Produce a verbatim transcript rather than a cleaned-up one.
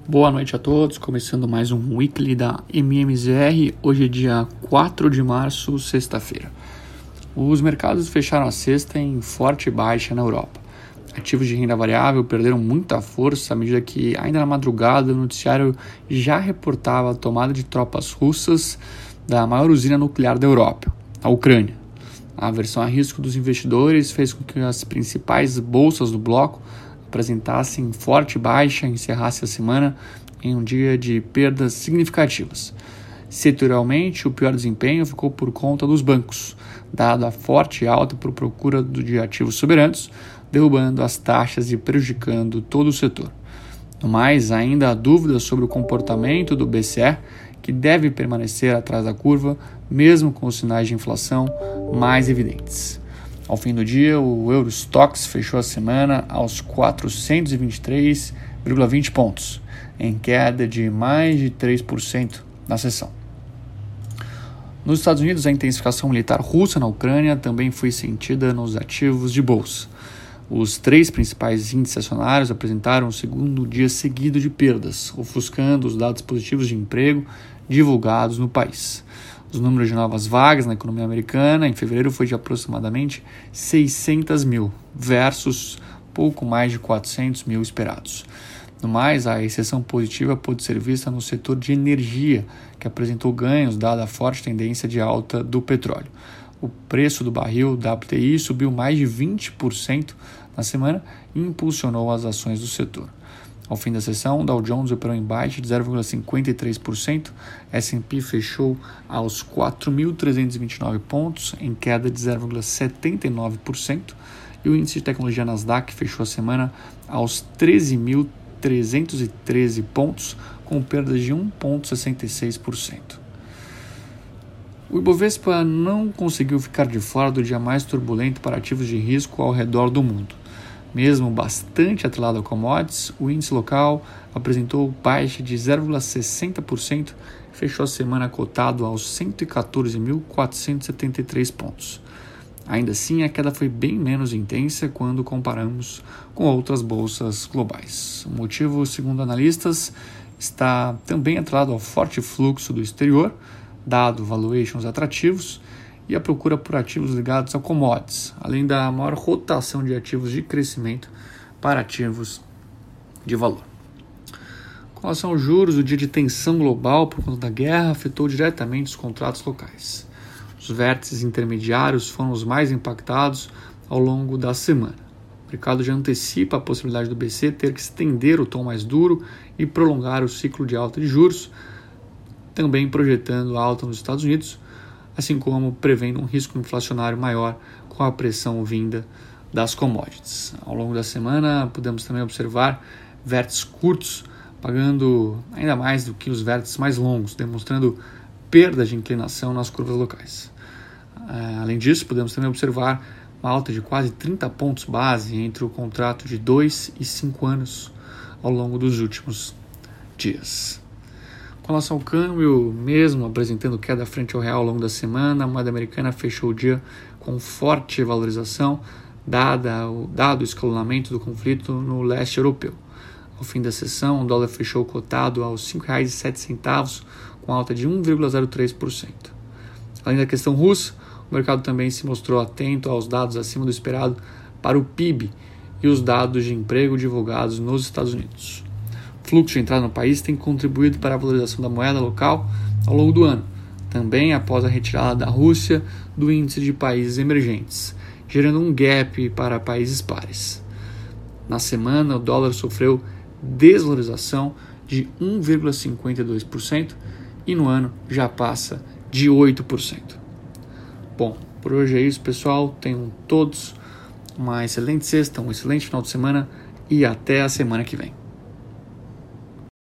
Boa noite a todos, começando mais um Weekly da M M Z R, hoje é dia quatro de março, sexta-feira. Os mercados fecharam a sexta em forte baixa na Europa. Ativos de renda variável perderam muita força à medida que, ainda na madrugada, o noticiário já reportava a tomada de tropas russas da maior usina nuclear da Europa, a Ucrânia. A aversão a risco dos investidores fez com que as principais bolsas do bloco apresentassem forte baixa e encerrasse a semana em um dia de perdas significativas. Setorialmente, o pior desempenho ficou por conta dos bancos, dada a forte alta por procura de ativos soberanos, derrubando as taxas e prejudicando todo o setor. No mais, ainda há dúvidas sobre o comportamento do B C E, que deve permanecer atrás da curva, mesmo com os sinais de inflação mais evidentes. Ao fim do dia, o Eurostoxx fechou a semana aos quatrocentos e vinte e três vírgula vinte pontos, em queda de mais de três por cento na sessão. Nos Estados Unidos, a intensificação militar russa na Ucrânia também foi sentida nos ativos de bolsa. Os três principais índices acionários apresentaram o segundo dia seguido de perdas, ofuscando os dados positivos de emprego divulgados no país. Os números de novas vagas na economia americana em fevereiro foi de aproximadamente seiscentas mil, versus pouco mais de quatrocentos mil esperados. No mais, a exceção positiva pode ser vista no setor de energia, que apresentou ganhos dada a forte tendência de alta do petróleo. O preço do barril W T I subiu mais de vinte por cento na semana e impulsionou as ações do setor. Ao fim da sessão, o Dow Jones operou em baixa de zero vírgula cinquenta e três por cento, S and P fechou aos quatro mil trezentos e vinte e nove pontos, em queda de zero vírgula setenta e nove por cento, e o índice de tecnologia Nasdaq fechou a semana aos treze mil trezentos e treze pontos, com perdas de um vírgula sessenta e seis por cento. O Ibovespa não conseguiu ficar de fora do dia mais turbulento para ativos de risco ao redor do mundo. Mesmo bastante atrelado a commodities, o índice local apresentou baixa de zero vírgula sessenta por cento e fechou a semana cotado aos cento e quatorze mil quatrocentos e setenta e três pontos. Ainda assim, a queda foi bem menos intensa quando comparamos com outras bolsas globais. O motivo, segundo analistas, está também atrelado ao forte fluxo do exterior, dado valuations atrativos, e a procura por ativos ligados a commodities, além da maior rotação de ativos de crescimento para ativos de valor. Com relação aos juros, o dia de tensão global por conta da guerra afetou diretamente os contratos locais. Os vértices intermediários foram os mais impactados ao longo da semana. O mercado já antecipa a possibilidade do B C ter que estender o tom mais duro e prolongar o ciclo de alta de juros, também projetando alta nos Estados Unidos, assim como prevendo um risco inflacionário maior com a pressão vinda das commodities. Ao longo da semana, podemos também observar vértices curtos pagando ainda mais do que os vértices mais longos, demonstrando perda de inclinação nas curvas locais. Além disso, podemos também observar uma alta de quase trinta pontos base entre o contrato de dois e cinco anos ao longo dos últimos dias. Com relação ao câmbio, mesmo apresentando queda frente ao real ao longo da semana, a moeda americana fechou o dia com forte valorização, dada o, dado o escalonamento do conflito no leste europeu. Ao fim da sessão, o dólar fechou cotado aos cinco reais e sete centavos, com alta de um vírgula zero três por cento. Além da questão russa, o mercado também se mostrou atento aos dados acima do esperado para o P I B e os dados de emprego divulgados nos Estados Unidos. O fluxo de entrada no país tem contribuído para a valorização da moeda local ao longo do ano, também após a retirada da Rússia do índice de países emergentes, gerando um gap para países pares. Na semana, o dólar sofreu desvalorização de um vírgula cinquenta e dois por cento e no ano já passa de oito por cento. Bom, por hoje é isso, pessoal. Tenham todos uma excelente sexta, um excelente final de semana e até a semana que vem.